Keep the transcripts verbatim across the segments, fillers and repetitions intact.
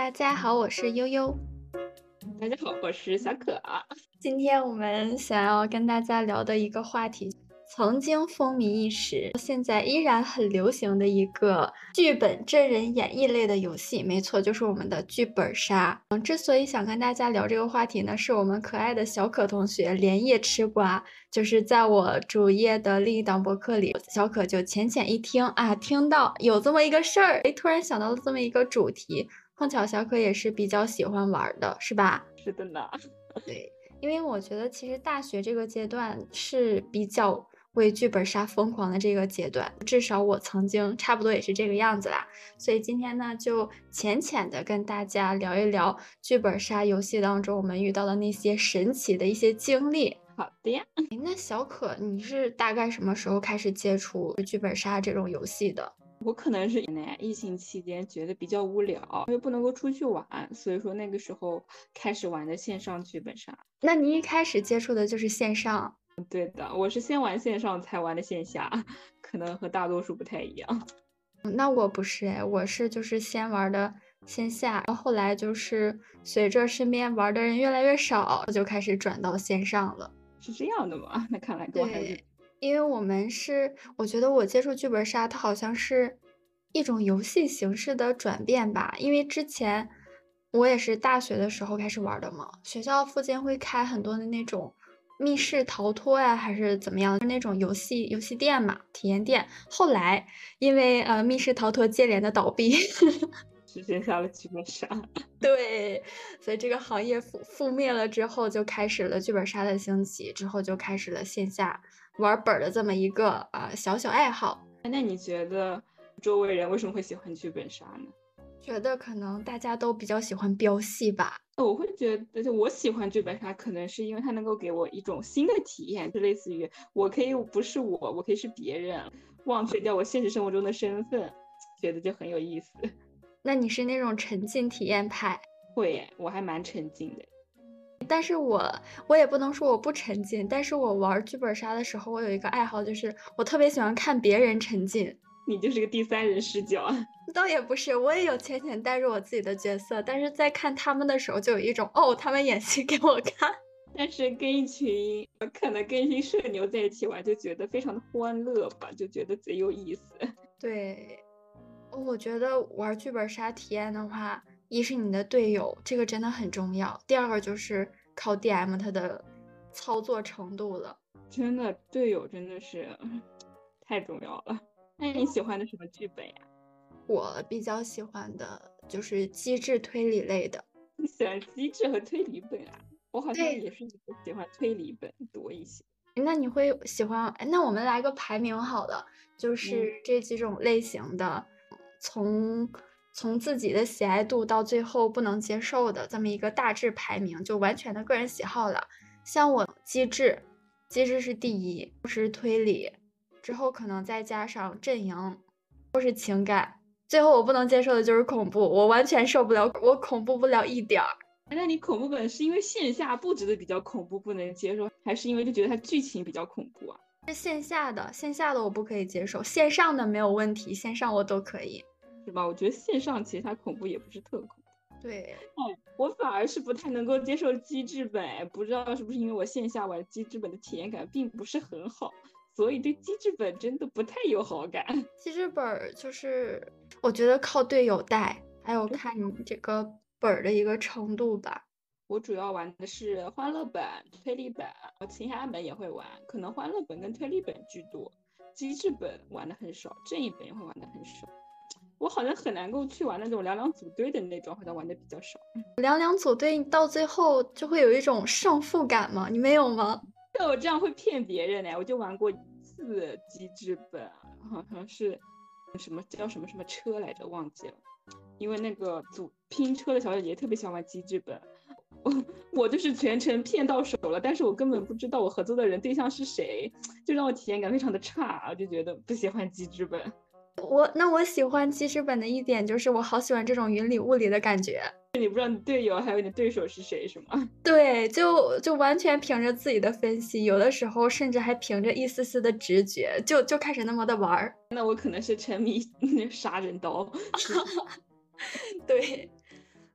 大家好，我是悠悠。 大家好，我是小可。 今天我们想要跟大家聊的一个话题，曾经风靡一时，现在依然很流行的一个剧本真人演绎类的游戏，没错，就是我们的剧本杀。嗯，之所以想跟大家聊这个话题呢，是我们可爱的小可同学连夜吃瓜，就是在我主页的另一档博客里，小可就浅浅一听啊，听到有这么一个事儿，哎，突然想到了这么一个主题。碰巧小可也是比较喜欢玩的，是吧？ 是的呢。 对，因为我觉得其实大学这个阶段是比较为剧本杀疯狂的这个阶段，至少我曾经差不多也是这个样子啦。所以今天呢，就浅浅的跟大家聊一聊剧本杀游戏当中我们遇到的那些神奇的一些经历。 好的呀。 那小可，你是大概什么时候开始接触剧本杀这种游戏的？ 我可能是呢，疫情期间觉得比较无聊，又不能够出去玩，所以说那个时候开始玩的线上剧本杀。 那你一开始接触的就是线上？ 对的，我是先玩线上才玩的线下，可能和大多数不太一样。 那我不是哎，我是就是先玩的线下，然后后来就是随着身边玩的人越来越少，我就开始转到线上了。 是这样的吗？那看来跟我还有点。 对，因为我们是，我觉得我接触剧本杀，它好像是一种游戏形式的转变吧。因为之前我也是大学的时候开始玩的嘛，学校附近会开很多的那种密室逃脱呀，还是怎么样的那种游戏游戏店嘛，体验店。后来因为呃密室逃脱接连的倒闭。 是线下的剧本杀。 对，所以这个行业覆覆灭了之后，就开始了剧本杀的兴起，之后就开始了线下玩本的这么一个啊、呃、小小爱好。 那你觉得周围人为什么会喜欢剧本杀呢？ 觉得可能大家都比较喜欢飙戏吧。 我会觉得，就我喜欢剧本杀，可能是因为它能够给我一种新的体验，就类似于我可以不是我，我可以是别人，忘却掉我现实生活中的身份，觉得就很有意思。 那你是那种沉浸体验派？ 会耶，我还蛮沉浸的。 但是我我也不能说我不沉浸，但是我玩剧本杀的时候，我有一个爱好，就是我特别喜欢看别人沉浸。 你就是个第三人视角。 倒也不是，我也有浅浅带入我自己的角色，但是在看他们的时候，就有一种哦，他们演戏给我看。 但是跟一群可能跟一群社牛在一起玩，就觉得非常的欢乐吧，就觉得贼有意思。 对，我觉得玩剧本杀体验的话，一是你的队友，这个真的很重要；第二个就是靠 D M 他的操作程度了。 真的，队友真的是太重要了。那你喜欢的什么剧本呀？ 我比较喜欢的就是机制推理类的。 你喜欢机制和推理本啊？我好像对， 也是喜欢推理本多一些。 那你会喜欢？哎，那我们来个排名好了，就嗯， 是这几种类型的，从从自己的喜爱度到最后不能接受的这么一个大致排名，就完全的个人喜好了。像我机制，机制是第一，是推理，之后可能再加上阵营，都是情感，最后我不能接受的就是恐怖，我完全受不了，我恐怖不了一点儿。 那你恐怖本是因为线下布置的比较恐怖不能接受，还是因为就觉得它剧情比较恐怖啊？ 是线下的，线下的我不可以接受，线上的没有问题，线上我都可以。 是吧？我觉得线上其实它恐怖也不是特恐怖。 对， 哎，我反而是不太能够接受机制本，不知道是不是因为我线下玩机制本的体验感并不是很好，所以对机制本真的不太有好感。 记事本儿就是我觉得靠队友带，还有看你这个本儿的一个程度吧。 我主要玩的是欢乐本、推理本，其他本也会玩，可能欢乐本跟推理本居多，机制本玩的很少，正义本也会玩的很少。我好像很难够去玩那种两两组队的那种，好像玩的比较少。 两两组队到最后就会有一种胜负感吗？你没有吗？ 但我这样会骗别人呢，我就玩过一次机制本，好像是什么叫什么什么车来着，忘记了。因为那个组拼车的小姐姐特别喜欢玩机制本，我我就是全程骗到手了，但是我根本不知道我合作的人对象是谁，就让我体验感非常的差，我就觉得不喜欢机制本。 我那我喜欢记事本的一点就是我好喜欢这种云里雾里的感觉。 你不知道你队友还有你对手是谁是吗？ 对，就就完全凭着自己的分析，有的时候甚至还凭着一丝丝的直觉，就就开始那么的玩儿。 那我可能是沉迷杀人刀。 对，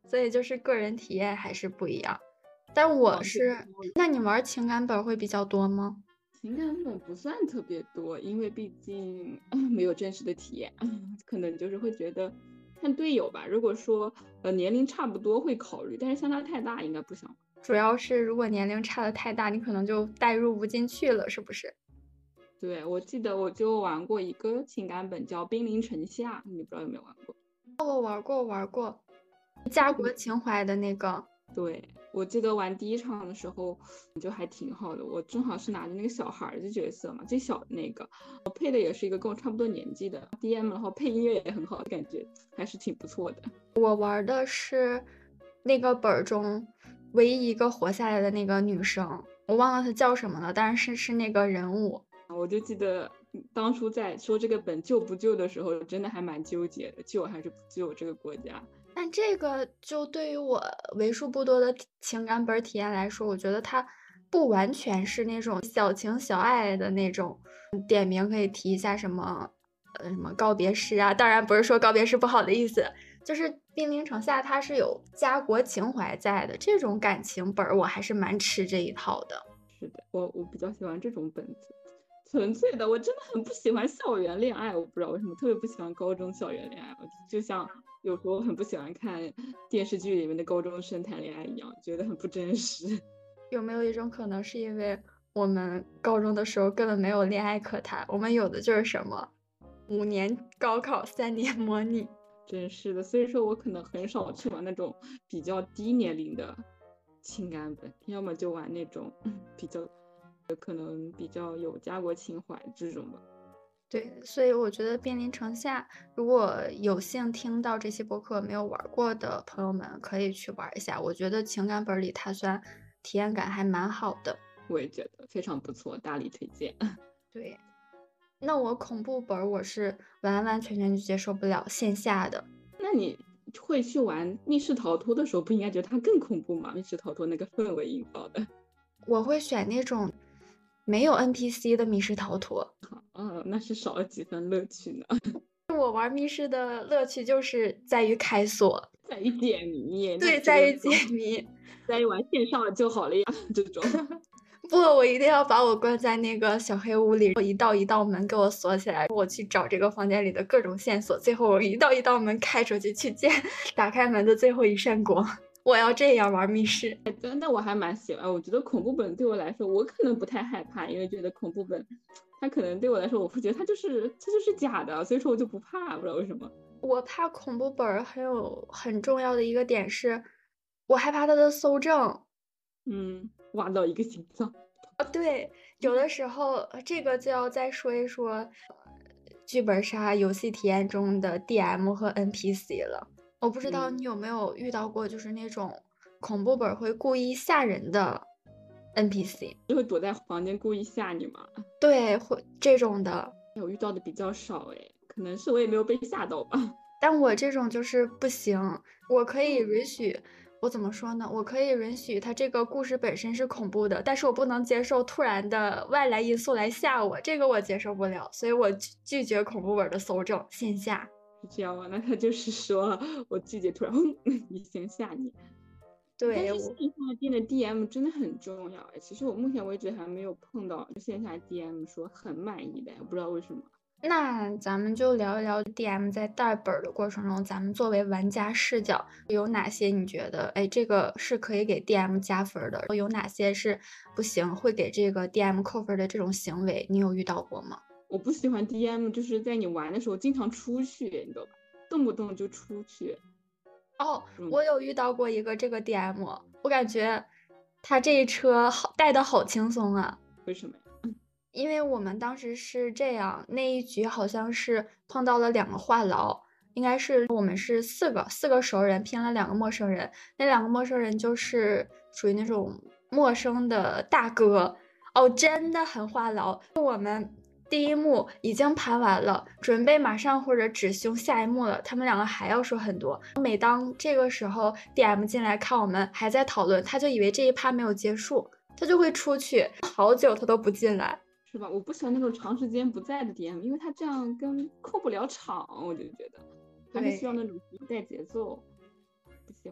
所以就是个人体验还是不一样。但我是，那你玩情感本会比较多吗？ 情感本不算特别多，因为毕竟、呃、没有真实的体验，可能就是会觉得看队友吧。如果说呃年龄差不多会考虑，但是相差太大应该不想。 主要是如果年龄差的太大，你可能就代入不进去了，是不是？ 对，我记得我就玩过一个情感本叫《兵临城下》，你不知道有没有玩过？ 我玩过，玩过，家国情怀的那个。 对，我记得玩第一场的时候就还挺好的，我正好是拿着那个小孩的角色嘛，最小的那个，我配的也是一个跟我差不多年纪的 D M， 然后配音乐也很好，感觉还是挺不错的。 我玩的是那个本中唯一一个活下来的那个女生，我忘了她叫什么了，但是是那个人物。 我就记得当初在说这个本救不救的时候，真的还蛮纠结的，救还是不救这个国家。 但这个就对于我为数不多的情感本体验来说，我觉得它不完全是那种小情小爱的那种。点名可以提一下什么，呃，什么告别诗啊？当然不是说告别诗不好的意思，就是兵临城下它是有家国情怀在的，这种感情本我还是蛮吃这一套的。 是的，我我比较喜欢这种本子。纯粹的，我真的很不喜欢校园恋爱，我不知道为什么特别不喜欢高中校园恋爱，就像有时候很不喜欢看电视剧里面的高中生谈恋爱一样，觉得很不真实。 有没有一种可能是因为我们高中的时候根本没有恋爱可谈，我们有的就是什么五年高考三年模拟。 真是的，所以说我可能很少去玩那种比较低年龄的情感本，要么就玩那种比较可能比较有家国情怀这种吧。 对，所以我觉得兵临城下，如果有幸听到这期播客没有玩过的朋友们，可以去玩一下。我觉得情感本里它算体验感还蛮好的。 我也觉得非常不错，大力推荐。 对，那我恐怖本我是完完全全就接受不了线下的。 那你会去玩密室逃脱的时候，不应该觉得它更恐怖吗？密室逃脱那个氛围营造的。 我会选那种没有 N P C 的密室逃脱。 啊，那是少了几分乐趣呢。 我玩密室的乐趣就是在于开锁， 在于解谜。 对，在于解谜， 在于玩线上就好了呀，这种。 不，我一定要把我关在那个小黑屋里，一道一道门给我锁起来，我去找这个房间里的各种线索，最后我一道一道门开出去，去见打开门的最后一扇光。我要这样玩密室。 真的，我还蛮喜欢。我觉得恐怖本对我来说，我可能不太害怕，因为觉得恐怖本，它可能对我来说，我会觉得它就是它就是假的，所以说我就不怕，不知道为什么。 我怕恐怖本很有很重要的一个点是，我害怕它的搜证。 嗯，挖到一个心脏。 啊，对，有的时候这个就要再说一说，呃、剧本杀游戏体验中的 D M 和 N P C 了。我不知道你有没有遇到过，就是那种恐怖本会故意吓人的 N P C， 就会躲在房间故意吓你吗？ 对，会这种的。 我遇到的比较少哎，可能是我也没有被吓到吧。 但我这种就是不行，我可以允许。我怎么说呢？我可以允许它这个故事本身是恐怖的，但是我不能接受突然的外来因素来吓我，这个我接受不了，所以我拒绝恐怖本的搜证线下。 是这样吗？那他就是说我拒绝突然一声吓你。 对， 但是线下店的 D M 真的很重要哎。其实我目前为止还没有碰到线下 D M 说很满意的，不知道为什么。 那咱们就聊一聊 D M 在带本的过程中，咱们作为玩家视角有哪些你觉得，哎，这个是可以给 D M 加分的，有哪些是不行，会给这个 D M 扣分的这种行为，你有遇到过吗？ 我不喜欢 D M 就是在你玩的时候经常出去，你知道吧？动不动就出去。 哦，我有遇到过一个这个 D M，我感觉他这一车好带的好轻松啊。 为什么呀？ 因为我们当时是这样，那一局好像是碰到了两个话痨，应该是我们是四个四个熟人拼了两个陌生人，那两个陌生人就是属于那种陌生的大哥哦，真的很话痨。我们第一幕已经盘完了，准备马上或者只凶下一幕了，他们两个还要说很多。每当这个时候 D M 进来看我们还在讨论，他就以为这一趴没有结束，他就会出去，好久他都不进来。 是吧？我不喜欢那种长时间不在的 D M，因为他这样跟扣不了场，我就觉得还是需要那种带节奏。不喜欢。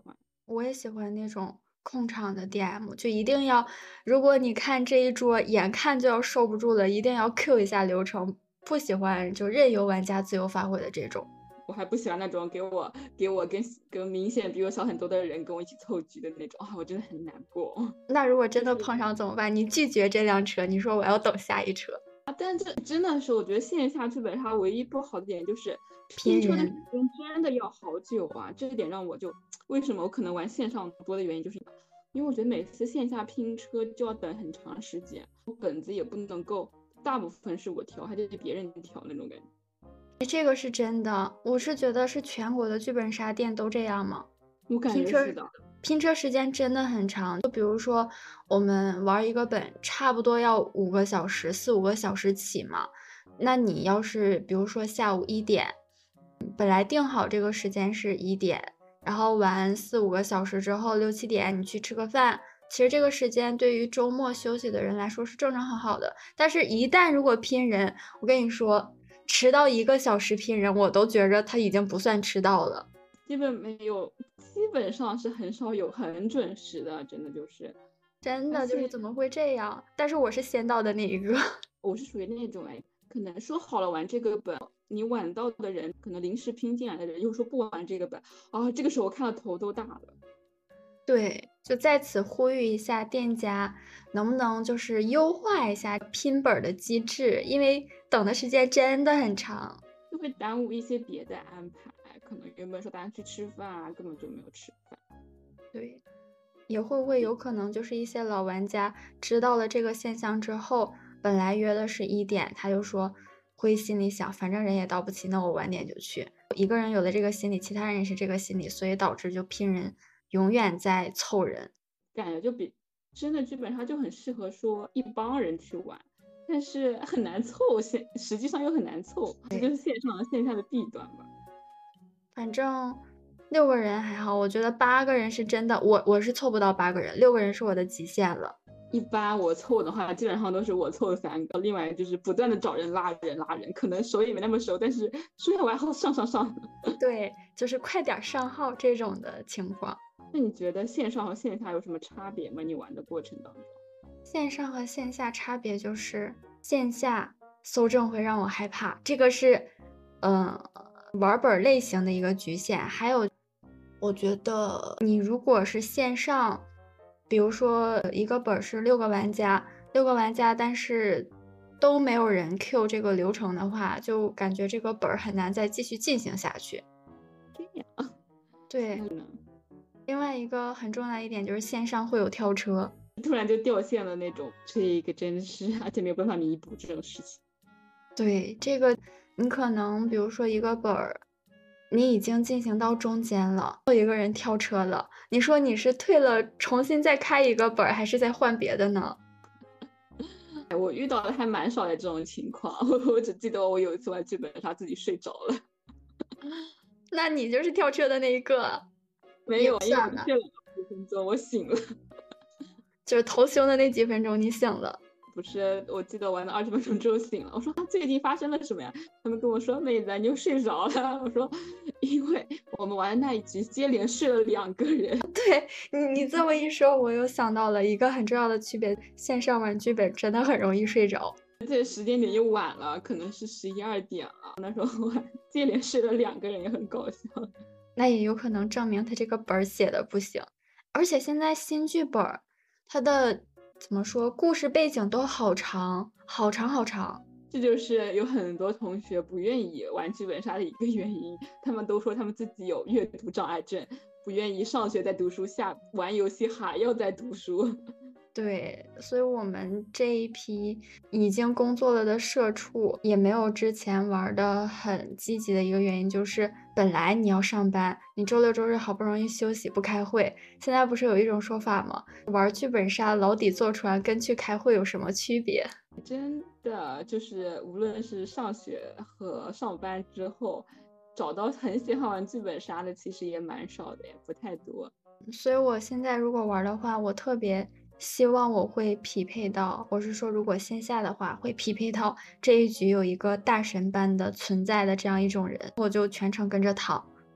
我也喜欢那种控场的 D M，就一定要，如果你看这一桌眼看就要受不住了，一定要 Q 一下流程，不喜欢就任由玩家自由发挥的这种。 我还不喜欢那种给我给我跟跟明显比我小很多的人跟我一起凑局的那种啊，我真的很难过。 那如果真的碰上怎么办？你拒绝这辆车，你说我要等下一车。 啊，但这真的是我觉得线下剧本杀唯一不好的点就是拼拼车的时人。 间真的要好久啊，这一点让我就为什么我可能玩线上多的原因就是，因为我觉得每次线下拼车就要等很长时间，本子也不能够大部分是我调，还得别人调那种感觉。 这个是真的，我是觉得是全国的剧本杀店都这样吗？ 我感拼车觉是的。 拼车时间真的很长，就比如说我们玩一个本，差不多要五个小时，四五个小时起嘛。那你要是比如说下午一点，本来定好这个时间是一点，然后玩四五个小时之后，六七点你去吃个饭，其实这个时间对于周末休息的人来说是正常很好的。但是，一旦如果拼人，我跟你说，迟到一个小时拼人，我都觉着他已经不算迟到了。 基本没有，基本上是很少有很准时的，真的就是真的就是怎么会这样？但是我是先到的那一个。 我是属于那种哎，可能说好了玩这个本，你晚到的人，可能临时拼进来的人又说不玩这个本啊，这个时候我看到头都大了。 对，就在此呼吁一下店家，能不能就是优化一下拼本的机制，因为等的时间真的很长， 就会耽误一些别的安排。可能原本说大家去吃饭啊，根本就没有吃饭。 对，也会不会有可能就是一些老玩家知道了这个现象之后，本来约的是一点，他就说会心里想，反正人也到不齐，那我晚点就去。一个人有了这个心理，其他人也是这个心理，所以导致就拼人永远在凑人。 感觉就比真的剧本杀就很适合说一帮人去玩，但是很难凑，现实际上又很难凑，这就是线上线下的弊端吧。 反正六个人还好，我觉得八个人是真的，我我是凑不到八个人，六个人是我的极限了。 一般我凑的话，基本上都是我凑三个，另外就是不断的找人拉人拉人，可能熟也没那么熟，但是说要玩后上上上。 对，就是快点上号这种的情况。 那你觉得线上和线下有什么差别吗？你玩的过程当中？ 线上和线下差别就是线下搜证会让我害怕，这个是嗯、呃、玩本类型的一个局限。还有我觉得你如果是线上，比如说一个本是六个玩家六个玩家但是都没有人 Q 这个流程的话，就感觉这个本很难再继续进行下去。 这样。 对，另外一个很重要的一点就是线上会有跳车， 突然就掉线了那种，这个真是，而且没有办法弥补这种事情。 对，这个你可能比如说一个本儿，你已经进行到中间了，有一个人跳车了，你说你是退了重新再开一个本儿，还是再换别的呢？ 我遇到的还蛮少的这种情况，我我只记得我有一次玩剧本杀自己睡着了。 那你就是跳车的那一个。 没有，因为我了睡了几分钟，我醒了。 就是头凶的那几分钟，你醒了。 不是，我记得玩了二十分钟之后醒了。我说、啊、最近发生了什么呀？他们跟我说妹子你就睡着了。我说因为我们玩的那一局接连睡了两个人。 对你，你这么一说，我又想到了一个很重要的区别：线上玩剧本真的很容易睡着。 这时间点又晚了，可能是十一二点了。那时候玩接连睡了两个人，也很搞笑。 那也有可能证明他这个本儿写的不行，而且现在新剧本儿，它的怎么说，故事背景都好长，好长好长。 这就是有很多同学不愿意玩剧本杀的一个原因，他们都说他们自己有阅读障碍症，不愿意上学在读书，下玩游戏还要在读书。 对，所以我们这一批已经工作了的社畜，也没有之前玩的很积极的一个原因，就是本来你要上班，你周六周日好不容易休息不开会，现在不是有一种说法吗？玩剧本杀牢底坐穿跟去开会有什么区别？ 真的就是无论是上学和上班之后，找到很喜欢玩剧本杀的其实也蛮少的，也不太多。 所以我现在如果玩的话，我特别希望我会匹配到，我是说如果线下的话会匹配到这一局有一个大神般的存在的这样一种人，我就全程跟着躺，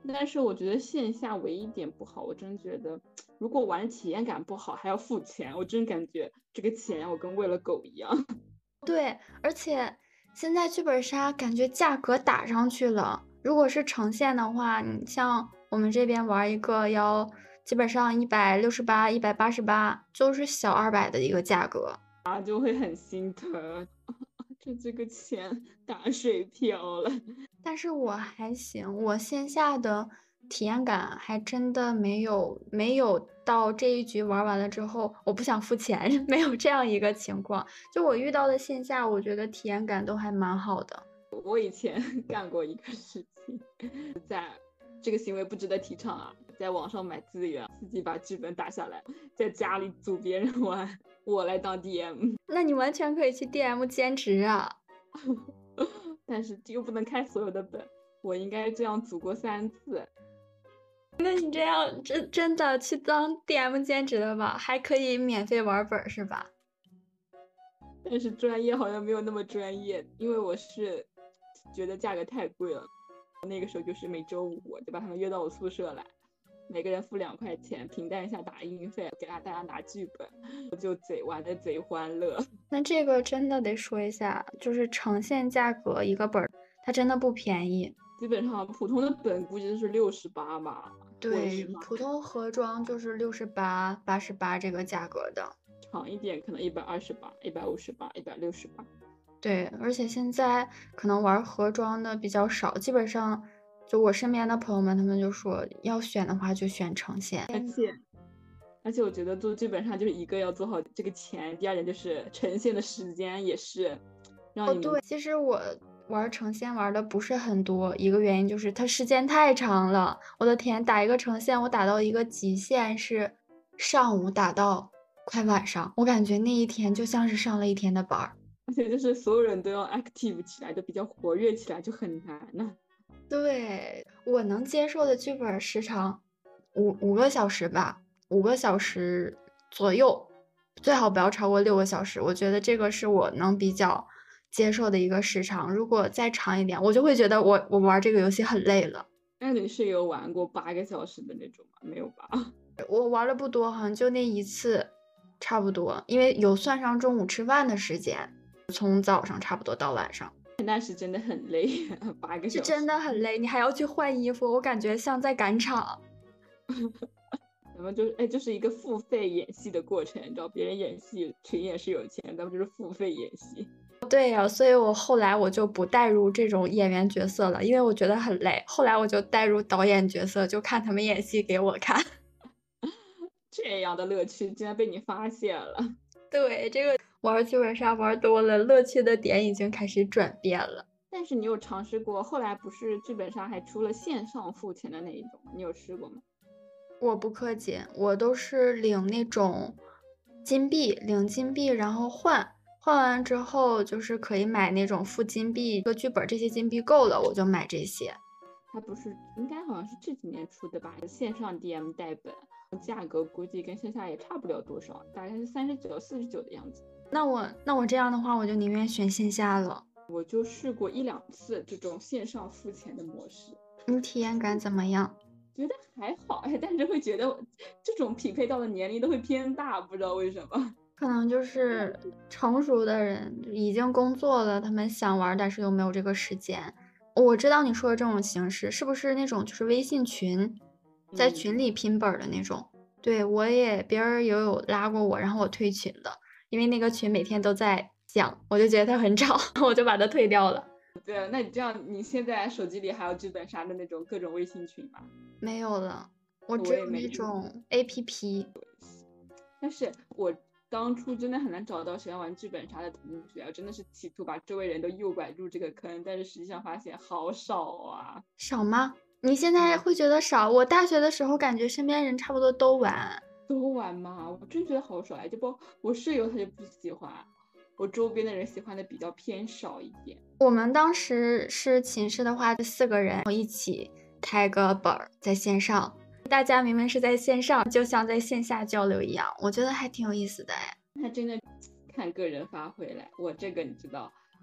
但是我觉得线下唯一一点不好，我真觉得如果玩体验感不好还要付钱，我真感觉这个钱我跟喂了狗一样。 对，而且现在剧本杀感觉价格打上去了，如果是呈现的话，你像我们这边玩一个要基本上一百六十八、一百八十八，就是小二百的一个价格。 啊，就会很心疼，这这个钱打水漂了。 但是我还行，我线下的体验感还真的没有没有到这一局玩完了之后，我不想付钱，没有这样一个情况。就我遇到的线下，我觉得体验感都还蛮好的。 我以前干过一个事情，在这个行为不值得提倡啊，在网上买资源，自己把剧本打下来，在家里组别人玩，我来当 D M。 那你完全可以去 D M 兼职啊。 但是又不能开所有的本，我应该这样组过三次。 那你这样真真的去当 D M 兼职了吧？还可以免费玩本是吧？ 但是专业好像没有那么专业，因为我是觉得价格太贵了。那个时候就是每周五就把他们约到我宿舍来，每个人付两块钱，平摊一下打印费，给大家拿剧本，我就贼玩的贼欢乐。 那这个真的得说一下，就是呈现价格一个本，它真的不便宜。 基本上普通的本估计就是六十八吧。 对，普通盒装就是六十八、八十八这个价格的， 长一点可能一百二十八、一百五十八、一百六十八。 对，而且现在可能玩盒装的比较少，基本上就我身边的朋友们，他们就说要选的话就选呈现。 而且而且我觉得做剧本上就是一个要做好这个钱，第二点就是呈现的时间也是让你们。 哦，对，其实我玩呈现玩的不是很多，一个原因就是它时间太长了。我的天，打一个呈现，我打到一个极限是上午打到快晚上，我感觉那一天就像是上了一天的班儿。 而且就是所有人都要 active 起来，都比较活跃起来，就很难呢、啊。 对，我能接受的剧本时长五五个小时吧，五个小时左右，最好不要超过六个小时。我觉得这个是我能比较接受的一个时长。如果再长一点，我就会觉得我我玩这个游戏很累了。 那你是有玩过八个小时的那种吗？没有吧？ 我玩的不多，好像就那一次，差不多，因为有算上中午吃饭的时间，从早上差不多到晚上。 那是真的很累，八个小时是真的很累，你还要去换衣服，我感觉像在赶场。 咱们就是哎，就是一个付费演戏的过程，你知道，别人演戏群演是有钱，咱们就是付费演戏。 对呀、啊，所以我后来我就不带入这种演员角色了，因为我觉得很累。后来我就带入导演角色，就看他们演戏给我看。 这样的乐趣竟然被你发现了。 对，这个玩剧本杀玩多了，乐趣的点已经开始转变了。 但是你有尝试过？后来不是剧本杀还出了线上付钱的那一种，你有试过吗？ 我不氪金，我都是领那种金币，领金币然后换，换完之后就是可以买那种付金币，个剧本这些金币够了，我就买这些。 它不是应该好像是这几年出的吧？线上 D M 带本，价格估计跟线下也差不了多少，大概是三十九、四十九的样子。 那我那我这样的话，我就宁愿选线下了。 我就试过一两次这种线上付钱的模式， 你体验感怎么样？ 觉得还好哎，但是会觉得这种匹配到的年龄都会偏大，不知道为什么。 可能就是成熟的人已经工作了，他们想玩，但是又没有这个时间。我知道你说的这种形式是不是那种就是微信群，在群里拼本的那种？嗯、对，我也别人也有拉过我，然后我退群了，因为那个群每天都在讲，我就觉得他很吵，我就把他退掉了。 对啊，那你这样，你现在手机里还有剧本杀的那种各种微信群吗？ 没有了，我只有那种 A P P。 但是我当初真的很难找到喜欢玩剧本杀的同学，真的是企图把周围人都诱拐入这个坑，但是实际上发现好少啊。 少吗？你现在会觉得少？我大学的时候感觉身边人差不多都玩。 都玩吗？我真觉得好少哎，就包我室友他就不喜欢，我周边的人喜欢的比较偏少一点。 我们当时是寝室的话，四个人一起开个本儿在线上，大家明明是在线上，就像在线下交流一样，我觉得还挺有意思的哎。 那真的看个人发挥来，我这个你知道，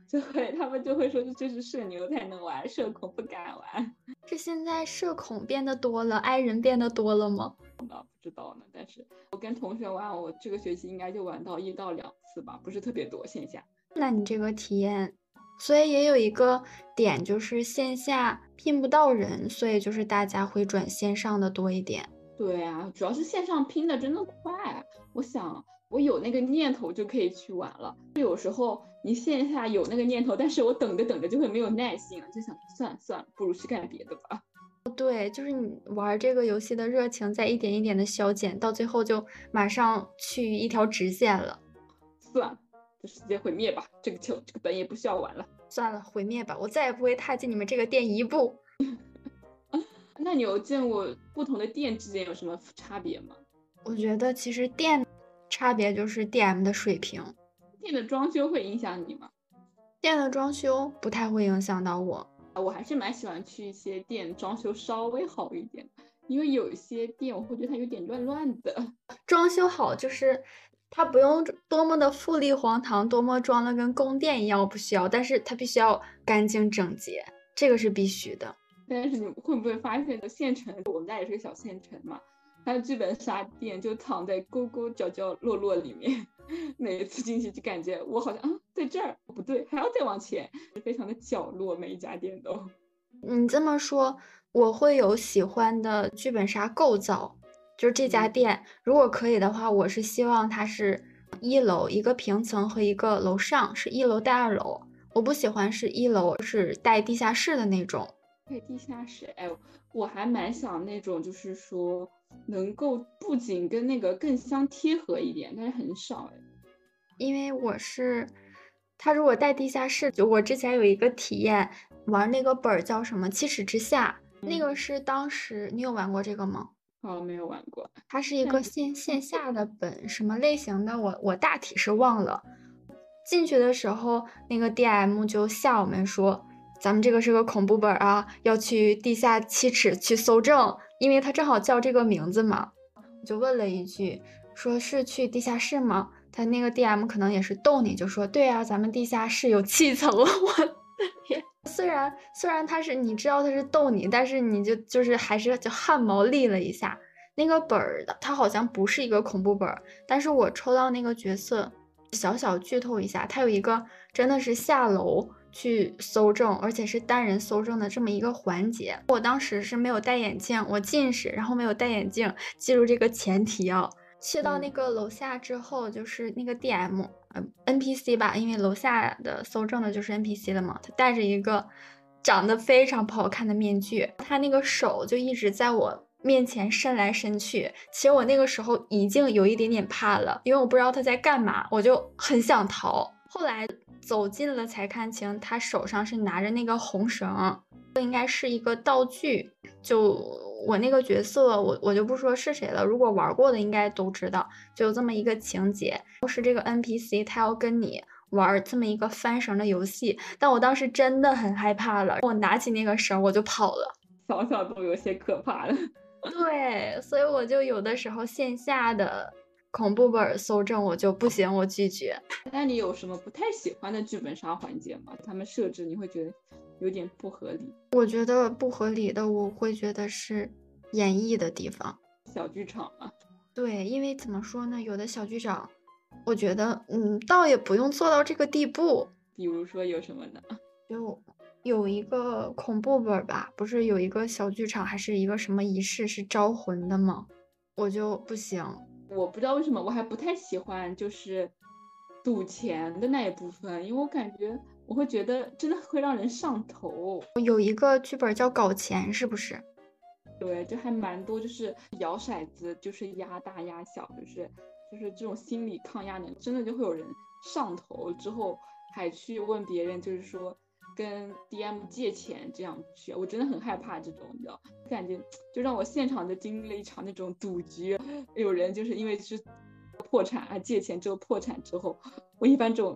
就会他们就会说这是社牛才能玩，社恐不敢玩。 是现在社恐变得多了，i 人变得多了吗？ 不知道呢，但是我跟同学玩，我这个学期应该就玩到一到两次吧，不是特别多线下。 那你这个体验，所以也有一个点就是线下拼不到人，所以就是大家会转线上的多一点。 对啊，主要是线上拼的真的快，我想我有那个念头就可以去玩了。有时候你线下有那个念头，但是我等着等着就会没有耐心了，就想算了算了，不如去干别的吧。 对，就是你玩这个游戏的热情在一点一点的消减，到最后就马上去一条直线了。 算了，就世界毁灭吧，这个球这个本也不需要玩了。 算了，毁灭吧，我再也不会踏进你们这个店一步。 那你有见过不同的店之间有什么差别吗？ 我觉得其实店差别就是 D M 的水平。 店的装修会影响你吗？ 店的装修不太会影响到我。 我还是蛮喜欢去一些店装修稍微好一点，因为有一些店我会觉得它有点乱乱的。 装修好就是它不用多么的富丽堂皇，多么装的跟宫殿一样，我不需要，但是它必须要干净整洁，这个是必须的。 但是你会不会发现，县城，我们家也是个小县城嘛，它的剧本杀店就躺在沟沟角角落落里面，每次进去就感觉我好像啊在这儿不对，还要再往前，非常的角落，每一家店都。 你这么说，我会有喜欢的剧本杀构造，就是这家店，如果可以的话，我是希望它是一楼一个平层和一个楼上，是一楼带二楼。我不喜欢是一楼是带地下室的那种。 带地下室，哎，我还蛮想那种，就是说能够布景跟那个更相贴合一点，但是很少哎。 因为我是，他如果带地下室，就我之前有一个体验，玩那个本儿叫什么《七尺之下》，嗯，那个是当时你有玩过这个吗？ 哦，没有玩过。 它是一个线线下的本，什么类型的我我大体是忘了。进去的时候，那个 D M 就吓我们说，咱们这个是个恐怖本啊，要去地下七尺去搜证，因为他正好叫这个名字嘛。我就问了一句，说是去地下室吗？他那个 D M 可能也是逗你，就说对啊，咱们地下室有七层。我的天！虽然虽然他是你知道他是逗你，但是你就就是还是就汗毛立了一下。那个本儿的，它好像不是一个恐怖本儿，但是我抽到那个角色，小小剧透一下，它有一个真的是下楼去搜证，而且是单人搜证的这么一个环节。我当时是没有戴眼镜，我近视，然后没有戴眼镜，记住这个前提啊。去到那个楼下之后，就是那个 D M，呃 N P C 吧，因为楼下的搜证的就是 N P C 了嘛，他戴着一个长得非常不好看的面具，他那个手就一直在我面前伸来伸去。其实我那个时候已经有一点点怕了，因为我不知道他在干嘛，我就很想逃。后来走近了才看清，他手上是拿着那个红绳，这应该是一个道具。就我那个角色，我我就不说是谁了，如果玩过的应该都知道，就有这么一个情节，是这个 N P C 他要跟你玩这么一个翻绳的游戏，但我当时真的很害怕了，我拿起那个绳我就跑了， 想想都有些可怕了。 对，所以我就有的时候线下的恐怖本搜证我就不行，我拒绝。 那你有什么不太喜欢的剧本杀环节吗？他们设置你会觉得有点不合理？ 我觉得不合理的，我会觉得是演绎的地方。 小剧场嘛。 对，因为怎么说呢，有的小剧场，我觉得，嗯，倒也不用做到这个地步。 比如说有什么呢？ 就有一个恐怖本吧，不是有一个小剧场，还是一个什么仪式是招魂的吗？我就不行。 我不知道为什么，我还不太喜欢就是赌钱的那一部分，因为我感觉我会觉得真的会让人上头。 有一个剧本叫搞钱，是不是？ 对，就还蛮多，就是摇骰子，就是压大压小，就是就是这种心理抗压能，真的就会有人上头之后还去问别人，就是说跟 D M 借钱这样去，我真的很害怕这种，你知道，感觉就让我现场的经历了一场那种赌局，有人就是因为是破产啊，借钱之后破产之后，我一般这种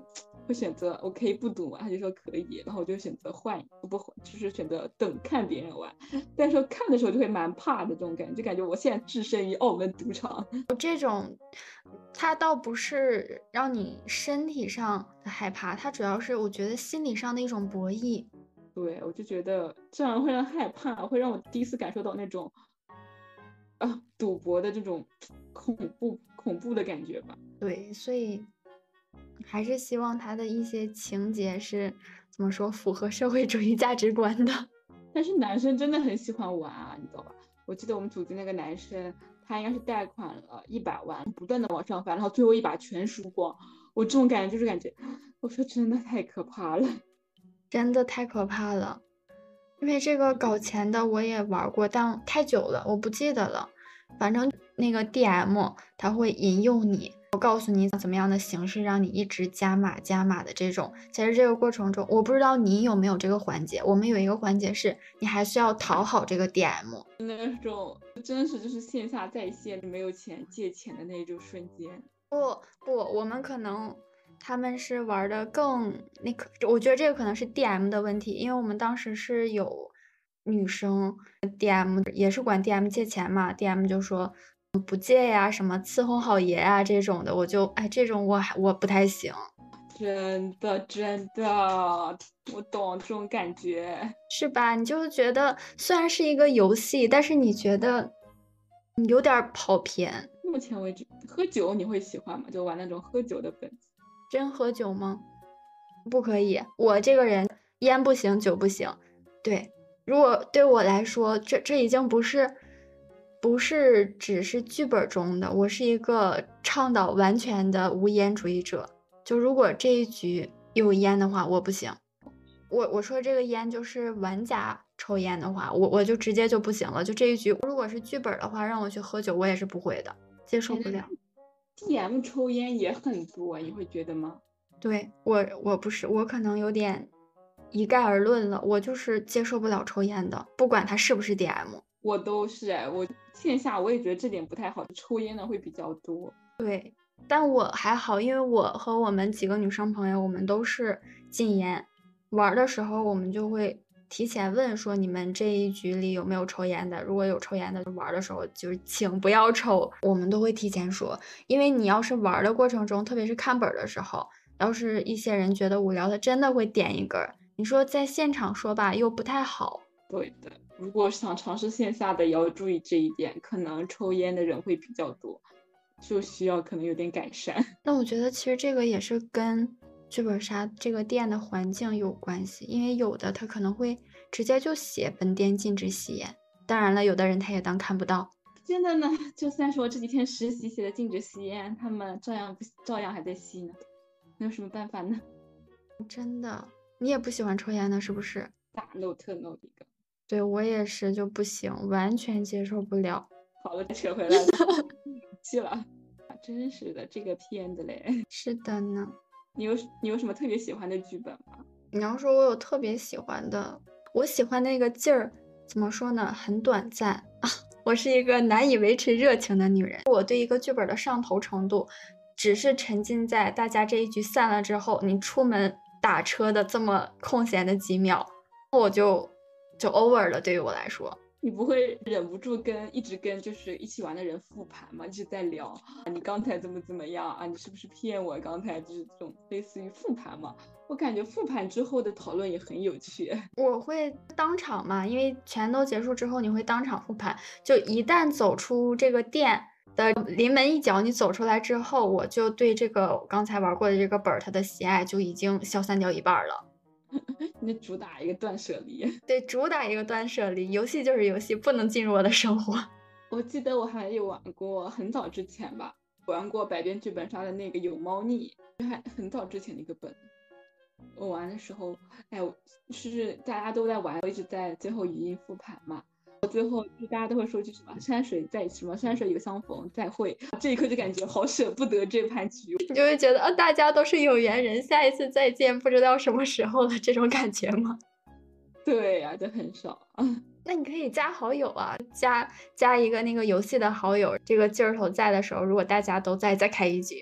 会选择我可以不赌嘛，他就说可以，然后我就选择换，不不就是选择等看别人玩。但是看的时候就会蛮怕的这种感觉，就感觉我现在置身于澳门赌场。 这种它倒不是让你身体上的害怕，它主要是我觉得心理上的一种博弈。 对，我就觉得这样会让害怕，会让我第一次感受到那种啊赌博的这种恐怖恐怖的感觉吧。 对，所以还是希望它的一些情节是怎么说，符合社会主义价值观的。 但是男生真的很喜欢玩啊，你知道吧？我记得我们组织那个男生，他应该是贷款了一百万，不断的往上翻，然后最后一把全输光。我这种感觉就是感觉，我说真的太可怕了。 真的太可怕了，因为这个搞钱的我也玩过，但太久了，我不记得了。反正那个 D M 他会引诱你，我告诉你怎么样的形式让你一直加码加码的这种。其实这个过程中，我不知道你有没有这个环节，我们有一个环节是你还需要讨好这个 D M。 那种真是就是线下在线没有钱借钱的那种瞬间。 不不，我们可能他们是玩的更那个，我觉得这个可能是 D M 的问题，因为我们当时是有女生 D M 也是管 D M 借钱嘛，D M 就说不借呀，什么伺候好爷啊这种的，我就哎这种我还我不太行。 真的真的，我懂这种感觉， 是吧？你就觉得虽然是一个游戏，但是你觉得有点跑偏。 目前为止，喝酒你会喜欢吗？就玩那种喝酒的本子。 真喝酒吗？不可以，我这个人烟不行，酒不行。对，如果对我来说，这这已经不是不是只是剧本中的，我是一个倡导完全的无烟主义者。就如果这一局有烟的话，我不行。我我说这个烟就是玩家抽烟的话，我我就直接就不行了。就这一局，如果是剧本的话，让我去喝酒，我也是不会的，接受不了。 D M 抽烟也很多，你会觉得吗？ 对，我我不是，我可能有点一概而论了，我就是接受不了抽烟的，不管他是不是 D M。 我都是哎，我线下我也觉得这点不太好，抽烟的会比较多。 对，但我还好，因为我和我们几个女生朋友，我们都是禁烟，玩的时候我们就会提前问说你们这一局里有没有抽烟的，如果有抽烟的，玩的时候就请不要抽，我们都会提前说，因为你要是玩的过程中，特别是看本的时候。要是一些人觉得无聊，他真的会点一根儿。你说在现场说吧，又不太好。 对的，如果想尝试线下的，也要注意这一点，可能抽烟的人会比较多，就需要可能有点改善。 那我觉得其实这个也是跟剧本杀这个店的环境有关系，因为有的他可能会直接就写本店禁止吸烟，当然了，有的人他也当看不到。 现在呢，就算是我这几天实习写的禁止吸烟，他们照样不照样还在吸呢。那有什么办法呢？ 真的，你也不喜欢抽烟的，是不是？ 大 no 特 no 的一个。 对，我也是，就不行，完全接受不了。 好了，扯回来了，去了。真是的，这个片子嘞。 是的呢。 你有你有什么特别喜欢的剧本吗？ 你要说我有特别喜欢的，我喜欢那个劲儿，怎么说呢？很短暂啊。我是一个难以维持热情的女人，我对一个剧本的上头程度。只是沉浸在大家这一局散了之后，你出门打车的这么空闲的几秒，我就就 over 了。对于我来说， 你不会忍不住跟一直跟就是一起玩的人复盘吗？一直在聊啊，你刚才怎么怎么样啊？你是不是骗我？刚才就是这种类似于复盘嘛。我感觉复盘之后的讨论也很有趣。 我会当场嘛，因为全都结束之后，你会当场复盘。就一旦走出这个店的临门一脚，你走出来之后，我就对这个我刚才玩过的这个本儿，它的喜爱就已经消散掉一半了。 你主打一个断舍离。 对，主打一个断舍离，游戏就是游戏，不能进入我的生活。 我记得我还有玩过，很早之前吧，玩过百变剧本杀的那个有猫腻，还很早之前的一个本。我玩的时候，哎，是大家都在玩，我一直在最后语音复盘嘛。最后就大家都会说句什么山水在什么山水有相逢再会，这一刻就感觉好舍不得这盘局。 你就会觉得啊，大家都是有缘人，下一次再见不知道什么时候了，这种感觉吗？ 对呀、啊，就很少。 那你可以加好友啊，加加一个那个游戏的好友，这个劲儿头在的时候，如果大家都在，再开一局。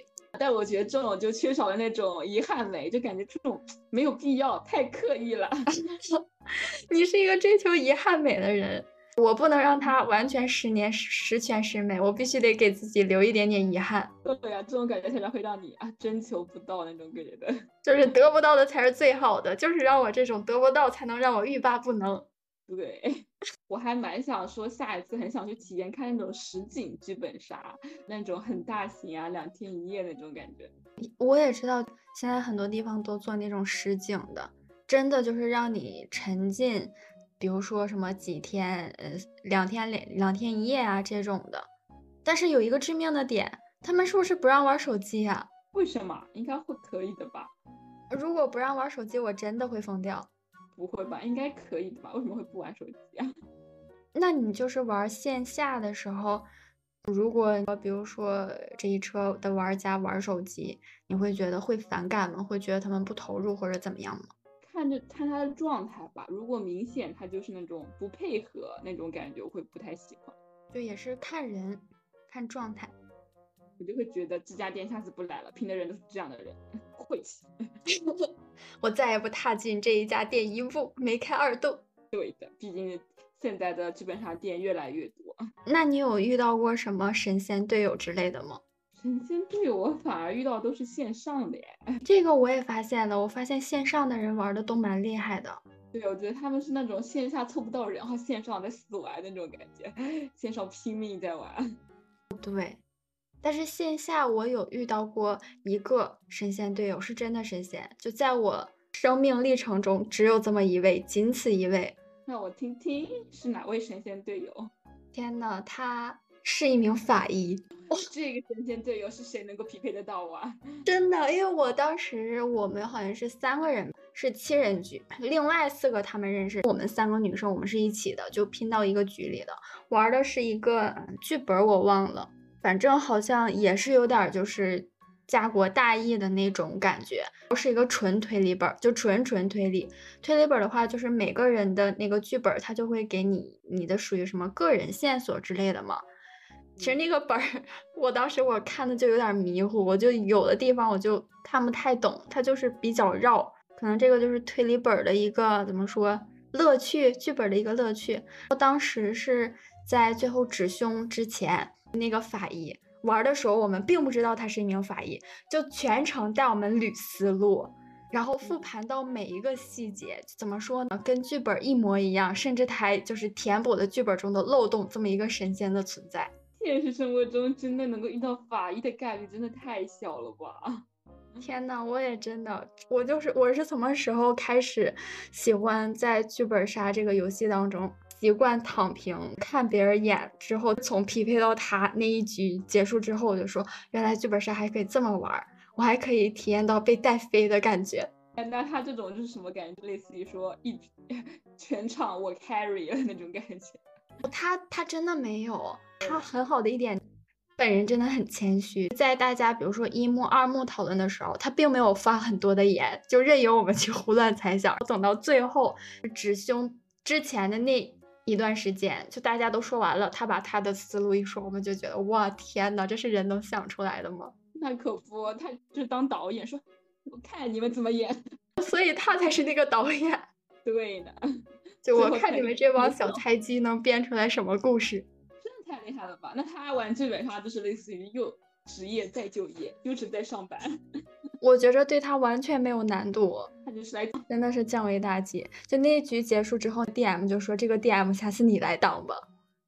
但我觉得这种就缺少了那种遗憾美，就感觉这种没有必要，太刻意了。 你是一个追求遗憾美的人，我不能让它完全十年十全十美，我必须得给自己留一点点遗憾。 对呀、啊，这种感觉才会让你啊征求不到那种感觉的， 就是得不到的才是最好的，就是让我这种得不到才能让我欲罢不能。 对，我还蛮想说，下一次很想去体验看那种实景剧本杀，那种很大型啊，两天一夜那种感觉。 我也知道现在很多地方都做那种实景的，真的就是让你沉浸，比如说什么几天，呃，两天两两天一夜啊这种的。但是有一个致命的点，他们是不是不让玩手机啊？ 为什么？应该会可以的吧？ 如果不让玩手机，我真的会疯掉。 不会吧？应该可以的吧？为什么会不玩手机啊？ 那你就是玩线下的时候，如果比如说这一车的玩家玩手机，你会觉得会反感吗？会觉得他们不投入或者怎么样吗？ 看着看他的状态吧，如果明显他就是那种不配合那种感觉，我会不太喜欢。 就也是看人，看状态。 我就会觉得这家店下次不来了，聘的人都是这样的人，晦气。 我再也不踏进这一家店一步，没开二度。 对的，毕竟现在的剧本杀店越来越多。 那你有遇到过什么神仙队友之类的吗？ 神仙队友我反而遇到都是线上的耶。 这个我也发现了，我发现线上的人玩的都蛮厉害的。 对，我觉得他们是那种线下凑不到人，然后线上在死玩那种感觉，线上拼命在玩。 对，但是线下我有遇到过一个神仙队友，是真的神仙，就在我生命历程中只有这么一位，仅此一位。 那我听听是哪位神仙队友？ 天呐，他是一名法医。 这个神仙队友是谁能够匹配得到啊？ 真的，因为我当时我们好像是三个人，是七人局，另外四个他们认识，我们三个女生我们是一起的，就拼到一个局里的，玩的是一个、嗯、剧本我忘了，反正好像也是有点就是家国大义的那种感觉，是一个纯推理本，就纯纯推理。推理本的话，就是每个人的那个剧本，他就会给你你的属于什么个人线索之类的嘛。其实那个本儿，我当时我看的就有点迷糊，我就有的地方我就看不太懂，它就是比较绕，可能这个就是推理本的一个怎么说乐趣，剧本的一个乐趣。我当时是在最后指凶之前，那个法医玩的时候，我们并不知道他是一名法医，就全程带我们捋思路。然后复盘到每一个细节，怎么说呢？跟剧本一模一样，甚至他还就是填补了剧本中的漏洞，这么一个神仙的存在。 现实生活中真的能够遇到法医的概率真的太小了吧？ 天呐，我也真的，我就是我是什么时候开始喜欢在剧本杀这个游戏当中习惯躺平看别人演，之后从匹配到他那一局结束之后，我就说原来剧本杀还可以这么玩，我还可以体验到被带飞的感觉。 那他这种就是什么感觉？类似于说一全场我 carry 了那种感觉。 他他真的没有，他很好的一点，本人真的很谦虚，在大家比如说一幕二幕讨论的时候，他并没有发很多的言，就任由我们去胡乱猜想。等到最后指凶之前的那一段时间，就大家都说完了，他把他的思路一说，我们就觉得哇天哪，这是人能想出来的吗？ 那可不，他就是当导演说，我看你们怎么演， 所以他才是那个导演。 对的， 就我看你们这帮小菜鸡能编出来什么故事。 真的太厉害了吧？那他玩剧本杀就是类似于又职业再就业，又是在上班。 我觉着对他完全没有难度， 他就是来， 真的是降维打击。就那一局结束之后 ，D M 就说：“这个 D M 下次你来当吧。”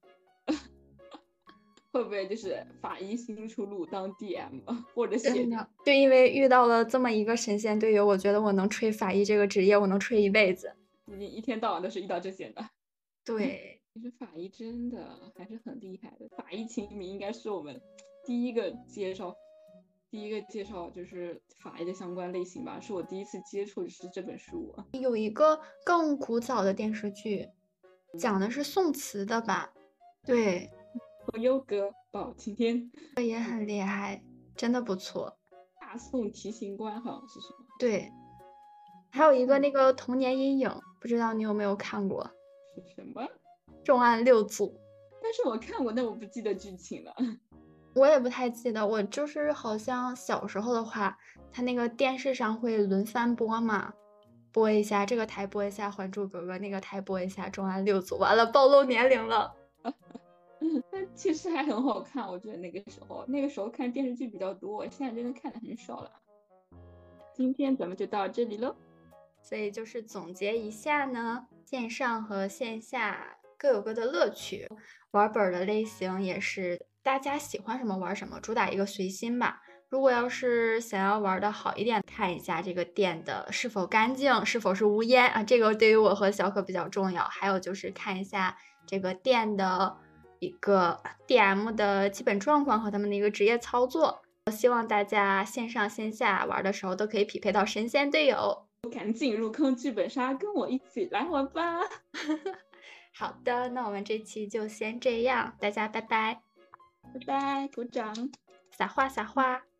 会不会就是法医新出路当 D M 或者写？ 真的，就因为遇到了这么一个神仙队友，我觉得我能吹法医这个职业，我能吹一辈子。 你一天到晚都是遇到这些的。 对， 其实法医真的还是很厉害的。法医秦明应该是我们第一个介绍，第一个介绍就是法医的相关类型吧，是我第一次接触就是这本书。 有一个更古早的电视剧，讲的是宋词的吧？对， 我优格包青天也很厉害，真的不错。 大宋提刑官好像是什么？ 对，还有一个那个童年阴影，不知道你有没有看过？ 是什么？ 重案六组。 但是我看过，但我不记得剧情了。 我也不太记得，我就是好像小时候的话，它那个电视上会轮番播嘛，播一下这个台播一下《还珠格格》，那个台播一下《重案六组》，完了暴露年龄了。 但其实还很好看，我觉得那个时候，那个时候看电视剧比较多，现在真的看的很少了。今天咱们就到这里喽。 所以就是总结一下呢，线上和线下各有各的乐趣，玩本的类型也是大家喜欢什么玩什么，主打一个随心吧。如果要是想要玩的好一点，看一下这个店的是否干净，是否是无烟啊，这个对于我和小可比较重要。还有就是看一下这个店的一个 D M 的基本状况和他们的一个职业操作。我希望大家线上线下玩的时候都可以匹配到神仙队友。 赶紧入坑剧本杀，跟我一起来玩吧。 好的，那我们这期就先这样，大家拜拜， 拜拜，鼓掌， 撒花撒花。